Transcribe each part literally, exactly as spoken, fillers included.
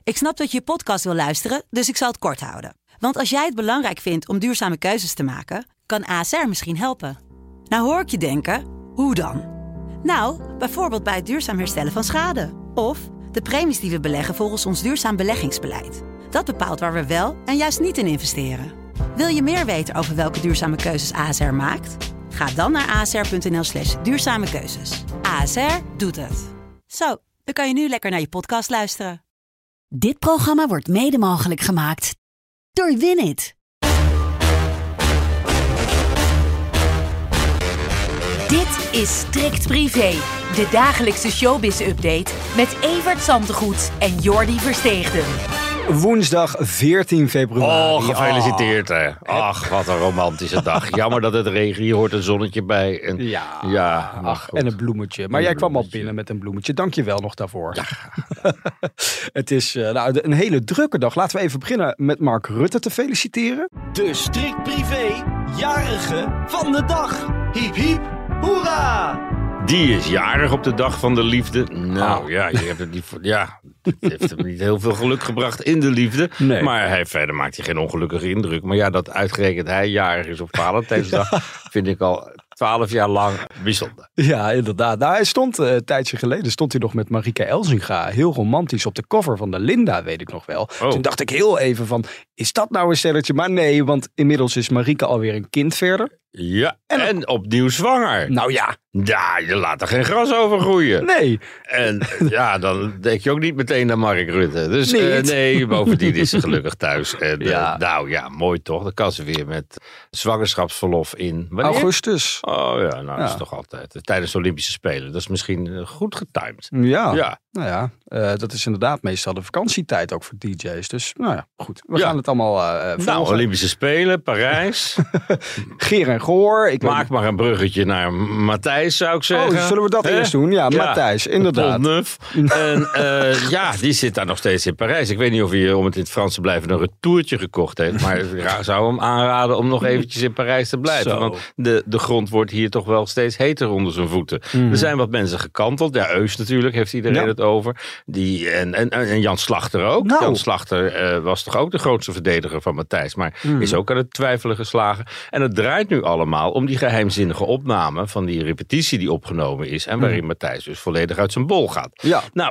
Ik snap dat je je podcast wil luisteren, dus ik zal het kort houden. Want als jij het belangrijk vindt om duurzame keuzes te maken, kan A S R misschien helpen. Nou hoor ik je denken, hoe dan? Nou, bijvoorbeeld bij het duurzaam herstellen van schade. Of de premies die we beleggen volgens ons duurzaam beleggingsbeleid. Dat bepaalt waar we wel en juist niet in investeren. Wil je meer weten over welke duurzame keuzes A S R maakt? Ga dan naar asr.nl slash duurzame keuzes. A S R doet het. Zo, dan kan je nu lekker naar je podcast luisteren. Dit programma wordt mede mogelijk gemaakt door Winit. Dit is Strikt Privé, de dagelijkse showbiz-update met Evert Zantegoed en Jordi Versteegden. Woensdag veertien februari. Oh, gefeliciteerd hè. Ach, wat een romantische dag. Jammer dat het regen, hier hoort een zonnetje bij. En, ja, ja ach, en een bloemetje. Maar een jij kwam al bloemetje. binnen met een bloemetje. Dank je wel nog daarvoor. Ja. Het is uh, nou, een hele drukke dag. Laten we even beginnen met Mark Rutte te feliciteren. De Strikt Privé jarige van de dag. Hiep hiep, hoera! Die is jarig op de dag van de liefde. Nou Oh. ja, je hebt het niet voor, ja, het heeft hem niet heel veel geluk gebracht in de liefde. Nee. Maar hij, verder maakt hij geen ongelukkige indruk. Maar ja, dat uitgerekend hij jarig is op Valentijnsdag, vind ik al twaalf jaar lang bijzonder. Ja, inderdaad. Nou, hij stond uh, een tijdje geleden stond hij nog met Marieke Elsinga. Heel romantisch op de cover van de Linda, weet ik nog wel. Oh. Toen dacht ik heel even van, is dat nou een stelletje? Maar nee, want inmiddels is Marieke alweer een kind verder. Ja, en, en opnieuw zwanger. Nou ja, Ja, je laat er geen gras over groeien. nee. En ja, dan denk je ook niet meteen aan Mark Rutte. Dus Niet. eh, nee, bovendien is ze gelukkig thuis. En, eh, Ja. nou ja, mooi toch. Dan kan ze weer met zwangerschapsverlof in. Wanneer? Augustus. Oh ja, nou dat Ja. is toch altijd. Tijdens de Olympische Spelen. Dat is misschien eh, goed getimed. Ja, Ja. nou ja, uh, dat is inderdaad meestal de vakantietijd ook voor D J's. Dus nou ja, goed. We Ja. gaan het allemaal uh, Nou, volgen. Olympische Spelen, Parijs. Geer en Goor. Ik weet Maak maar een bruggetje naar Matthijs, zou ik zeggen. Oh, zullen we dat Hè? eerst doen? Ja, Ja. Matthijs, inderdaad. Pont-Neuf. En eh, ja, die zit daar nog steeds in Parijs. Ik weet niet of hij, om het in het Frans te blijven, een retourtje gekocht heeft. Maar ik zou hem aanraden om nog eventjes in Parijs te blijven. Zo. Want de, de grond wordt hier toch wel steeds heter onder zijn voeten. Er zijn wat mensen gekanteld. Ja, Eus natuurlijk, heeft iedereen Ja. het over. Die, en, en, en Jan Slachter ook. Nou. Jan Slachter eh, was toch ook de grootste verdediger van Matthijs. Maar is ook aan het twijfelen geslagen. En het draait nu allemaal om die geheimzinnige opname van die repetitie die opgenomen is. En waarin Matthijs dus volledig uit zijn bol gaat. Ja. Nou,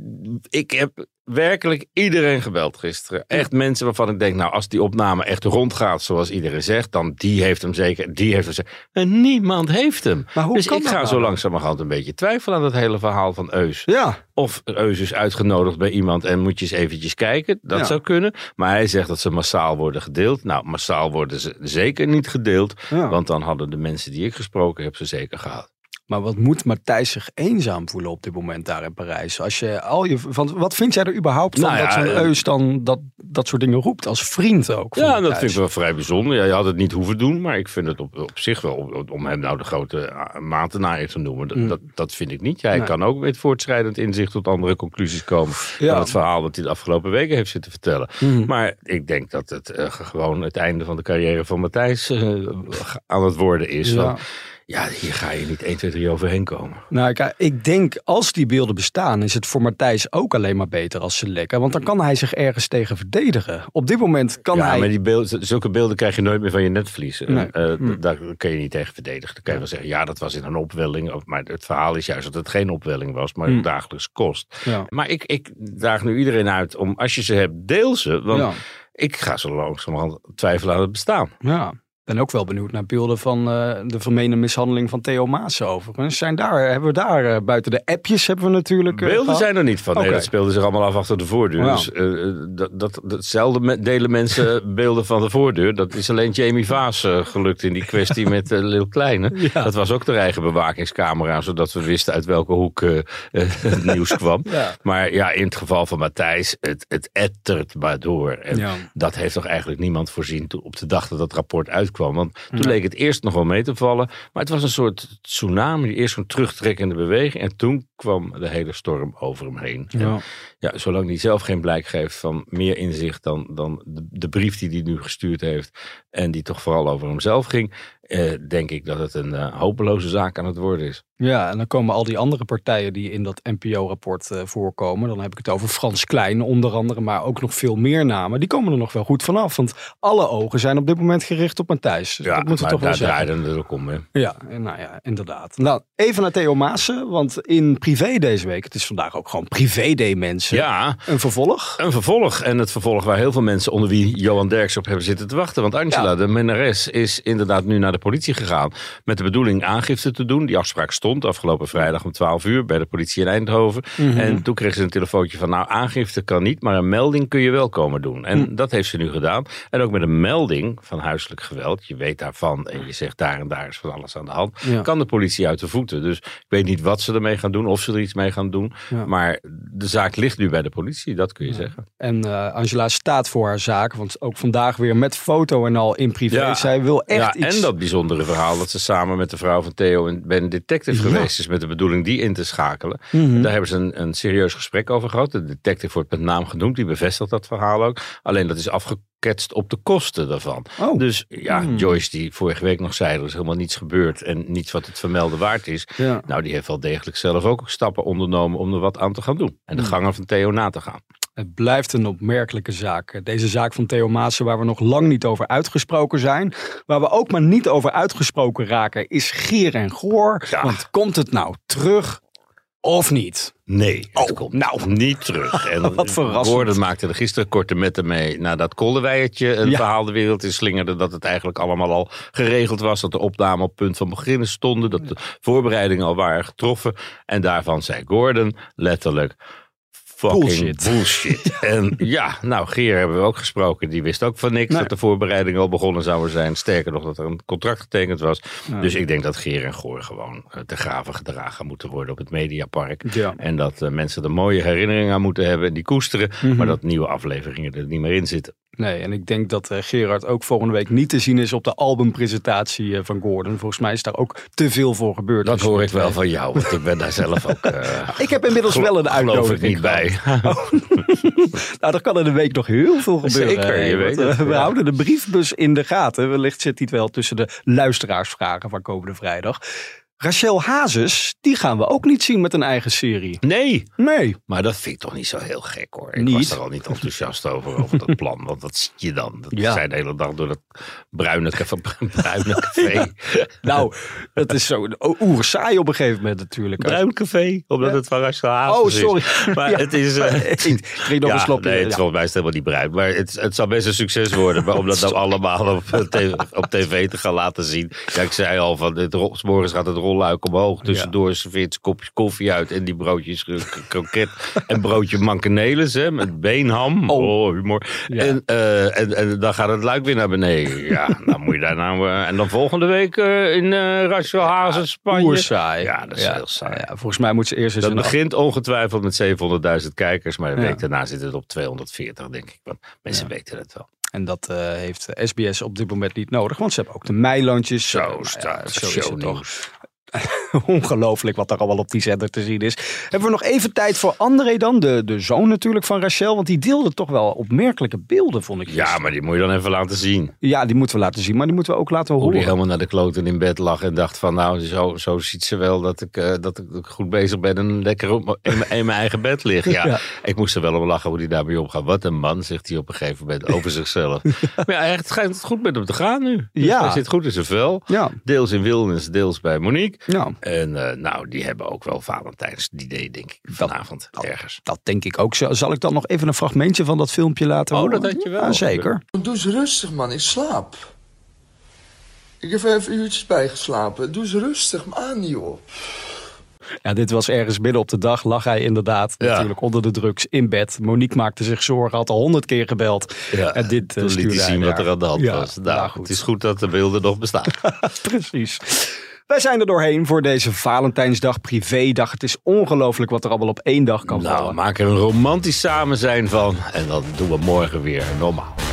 ik heb werkelijk iedereen gebeld gisteren. Echt mensen waarvan ik denk, nou, als die opname echt rondgaat zoals iedereen zegt, dan die heeft hem zeker, die heeft hem zeker. En niemand heeft hem. Maar hoe dus kan ik dat ga nou zo dan? langzamerhand een beetje twijfelen aan dat hele verhaal van Eus. Ja. Of Eus is uitgenodigd bij iemand en moet je eens eventjes kijken. Dat Ja. zou kunnen. Maar hij zegt dat ze massaal worden gedeeld. Nou, massaal worden ze zeker niet gedeeld. Ja. Want dan hadden de mensen die ik gesproken heb ze zeker gehad. Maar wat moet Matthijs zich eenzaam voelen op dit moment daar in Parijs? Als je al je, van, wat vind jij er überhaupt van Nou ja, dat zo'n eh, Eus dan dat, dat soort dingen roept? Als vriend ook. van Ja, dat Matthijs. vind ik wel vrij bijzonder. Ja, je had het niet hoeven doen, maar ik vind het op, op zich wel, op- om hem nou de grote uh, matenaar te noemen, dat, Mm. dat, dat vind ik niet. Hij Nee. kan ook met voortschrijdend inzicht tot andere conclusies komen Ja. dan het verhaal dat hij de afgelopen weken heeft zitten vertellen. Mm. Maar ik denk dat het uh, gewoon het einde van de carrière van Matthijs uh, aan het worden is. Ja. Want, ja, hier ga je niet één, twee, drie overheen komen. Nou, kijk, ik denk als die beelden bestaan, is het voor Matthijs ook alleen maar beter als ze lekken. Want dan kan hij zich ergens tegen verdedigen. Op dit moment kan ja, hij. maar die beelden, zulke beelden krijg je nooit meer van je netvlies. Nee. En, uh, Hm. Daar kun je niet tegen verdedigen. Dan kan je wel zeggen, ja, dat was in een opwelling. Of- Maar het verhaal is juist dat het geen opwelling was, maar Hm. een dagelijks kost. Ja. Maar ik, ik daag nu iedereen uit om, als je ze hebt, deel ze. Want Ja. ik ga zo langzamerhand twijfelen aan het bestaan. Ja. Ik ben ook wel benieuwd naar beelden van uh, de vermeende mishandeling van Theo Maas overigens. Zijn daar, hebben we daar, uh, buiten de appjes hebben we natuurlijk... Uh, Beelden gehad. zijn er niet van. Nee, Oké. dat speelde zich allemaal af achter de voordeur. Ja. Dus uh, dat, dat, datzelfde me- delen mensen beelden van de voordeur. Dat is alleen Jamie Vaas uh, gelukt in die kwestie met uh, Lil Kleine. Ja. Dat was ook de eigen bewakingscamera, zodat we wisten uit welke hoek uh, uh, het nieuws kwam. Ja. Maar ja, in het geval van Matthijs, het, het ettert maar door. En Ja. dat heeft toch eigenlijk niemand voorzien toen, op de dag dat dat rapport uitkwam. Want toen Ja. leek het eerst nog wel mee te vallen. Maar het was een soort tsunami. Eerst zo'n terugtrekkende beweging. En toen kwam de hele storm over hem heen. Ja. En ja, zolang hij zelf geen blijk geeft van meer inzicht dan, dan de, de brief die hij nu gestuurd heeft. En die toch vooral over hemzelf ging. uh, denk ik dat het een uh, hopeloze zaak aan het worden is. Ja, en dan komen al die andere partijen die in dat N P O-rapport uh, voorkomen. Dan heb ik het over Frans Klein onder andere, maar ook nog veel meer namen. Die komen er nog wel goed vanaf, want alle ogen zijn op dit moment gericht op Matthijs. Ja, dat moet maar toch daar wel zeggen. draaien we ook om. Hè. Ja, nou ja, inderdaad. Nou, even naar Theo Maassen, want in privé deze week, het is vandaag ook gewoon privé-day mensen. Ja. Een vervolg. Een vervolg. En het vervolg waar heel veel mensen onder wie Johan Derksen op hebben zitten te wachten. Want Angela, ja. de minnares, is inderdaad nu naar de politie gegaan met de bedoeling aangifte te doen. Die afspraak stond afgelopen vrijdag om twaalf uur bij de politie in Eindhoven. Mm-hmm. En toen kreeg ze een telefoontje van nou, aangifte kan niet, maar een melding kun je wel komen doen. En mm. dat heeft ze nu gedaan. En ook met een melding van huiselijk geweld, je weet daarvan en je zegt daar en daar is van alles aan de hand, ja. kan de politie uit de voeten. Dus ik weet niet wat ze ermee gaan doen, of ze er iets mee gaan doen. Ja. Maar de zaak ligt nu bij de politie, dat kun je ja. zeggen. En uh, Angela staat voor haar zaak, want ook vandaag weer met foto en al in privé. Ja. Zij wil echt ja, iets... En dat bijzondere verhaal dat ze samen met de vrouw van Theo en Ben detective ja. geweest is met de bedoeling die in te schakelen. Mm-hmm. Daar hebben ze een, een serieus gesprek over gehad. De detective wordt met naam genoemd, die bevestigt dat verhaal ook. Alleen dat is afgeketst op de kosten daarvan. Oh. Dus ja, mm. Joyce die vorige week nog zei, er is helemaal niets gebeurd en niets wat het vermelden waard is. Ja. Nou, die heeft wel degelijk zelf ook stappen ondernomen om er wat aan te gaan doen. En de mm. gangen van Theo na te gaan. Het blijft een opmerkelijke zaak. Deze zaak van Theo Maassen waar we nog lang niet over uitgesproken zijn. Waar we ook maar niet over uitgesproken raken is Geer en Goor. Ja. Want komt het nou terug of niet? Nee, het oh, komt nou. niet terug. En wat verrassend. Gordon maakte er gisteren korte metten mee nadat Koldeweiertje een ja. verhaal de wereld in slingerde. Dat het eigenlijk allemaal al geregeld was. Dat de opname op punt van beginnen stonden. Dat de voorbereidingen al waren getroffen. En daarvan zei Gordon letterlijk... Fucking bullshit. bullshit. En ja, nou, Geer hebben we ook gesproken. Die wist ook van niks nee. dat de voorbereidingen al begonnen zouden zijn. Sterker nog, dat er een contract getekend was. Ja. Dus ik denk dat Geer en Goor gewoon te graven gedragen moeten worden op het Mediapark. Ja. En dat uh, mensen er mooie herinneringen aan moeten hebben en die koesteren. Mm-hmm. Maar dat nieuwe afleveringen er niet meer in zitten. Nee, en ik denk dat uh, Gerard ook volgende week niet te zien is op de albumpresentatie uh, van Gordon. Volgens mij is daar ook te veel voor gebeurd. Dat hoor ik wel van jou, want ik ben daar zelf ook... Uh, ik heb inmiddels wel een uitnodiging. Geloof ik niet bij. Oh. Nou, er kan in de week nog heel veel gebeuren. Zeker, je weet het. We ja. houden de briefbus in de gaten. Wellicht zit die wel tussen de luisteraarsvragen van komende vrijdag. Rachel Hazes, die gaan we ook niet zien met een eigen serie. Nee. Nee. Maar dat vind ik toch niet zo heel gek hoor. Ik niet. was er al niet enthousiast over, over dat plan. Want wat zie je dan? Dat ja. zijn de hele dag door dat bruine, bruine café. Nou, dat is zo oer saai op een gegeven moment natuurlijk. Bruin café, omdat ja. het van Rachel Hazes is. Oh, sorry. Maar ja. het is... Uh, ik kreeg nog ja, een slokje. Nee, het ja. volgens mij is het helemaal niet bruin. Maar het, het zal best een succes worden. Maar om dat dan allemaal op, tv, op tv te gaan laten zien. Ja, ik zei al, van het, 's morgens gaat het rolluik omhoog. Tussendoor ja. serveert ze kopjes koffie uit en die broodjes kroket en broodje mankenelis hè, met beenham. Oh, oh humor. Ja. En, uh, en, en dan gaat het luik weer naar beneden. Ja, dan moet je daar nou... Uh, en dan volgende week uh, in uh, Rachel Hazes Spanje. Oersaai. Ja, dat is ja. heel saai. Ja, volgens mij moet ze eerst eens... Dat begint af... ongetwijfeld met zevenhonderdduizend kijkers, maar de week ja. daarna zit het op tweehonderdveertig, denk ik. Want mensen ja. weten het wel. En dat uh, heeft S B S op dit moment niet nodig, want ze hebben ook de meilandjes. Zo, uh, staat ja, zo is het toch. Ongelooflijk wat er allemaal op die zender te zien is. Hebben we nog even tijd voor André dan? De, de zoon natuurlijk van Rachel. Want die deelde toch wel opmerkelijke beelden, vond ik. Ja, maar die moet je dan even laten zien. Ja, die moeten we laten zien. Maar die moeten we ook laten horen. Hoe die helemaal naar de kloten in bed lag. En dacht van nou, zo, zo ziet ze wel dat ik, uh, dat ik goed bezig ben. En lekker op, in, in mijn eigen bed lig. Ja, ja. Ik moest er wel om lachen hoe die daarmee omgaat. Wat een man, zegt hij op een gegeven moment over zichzelf. Maar ja, het schijnt goed met hem te gaan nu. Dus ja. Hij zit goed in zijn vel. Ja. Deels in Wilnis, deels bij Monique. Ja. En uh, nou, die hebben ook wel Valentijns idee, denk ik, vanavond dat, ergens. Dat denk ik ook. Zal ik dan nog even een fragmentje van dat filmpje laten oh, horen? Oh, dat had je wel. Ja, zeker. Doe eens rustig, man. Ik slaap. Ik heb even uurtjes bijgeslapen. Doe eens rustig, man, joh. Ja, dit was ergens midden op de dag. Lag hij inderdaad ja. natuurlijk onder de drugs in bed. Monique maakte zich zorgen, had al honderd keer gebeld. Ja, en dit toen liet hij zien wat er aan de hand ja, was. Nou, goed. Het is goed dat de beelden nog bestaan. Precies. Wij zijn er doorheen voor deze Valentijnsdag, privédag. Het is ongelooflijk wat er allemaal op één dag kan nou, vallen. Maak er een romantisch samen zijn van. En dan doen we morgen weer normaal.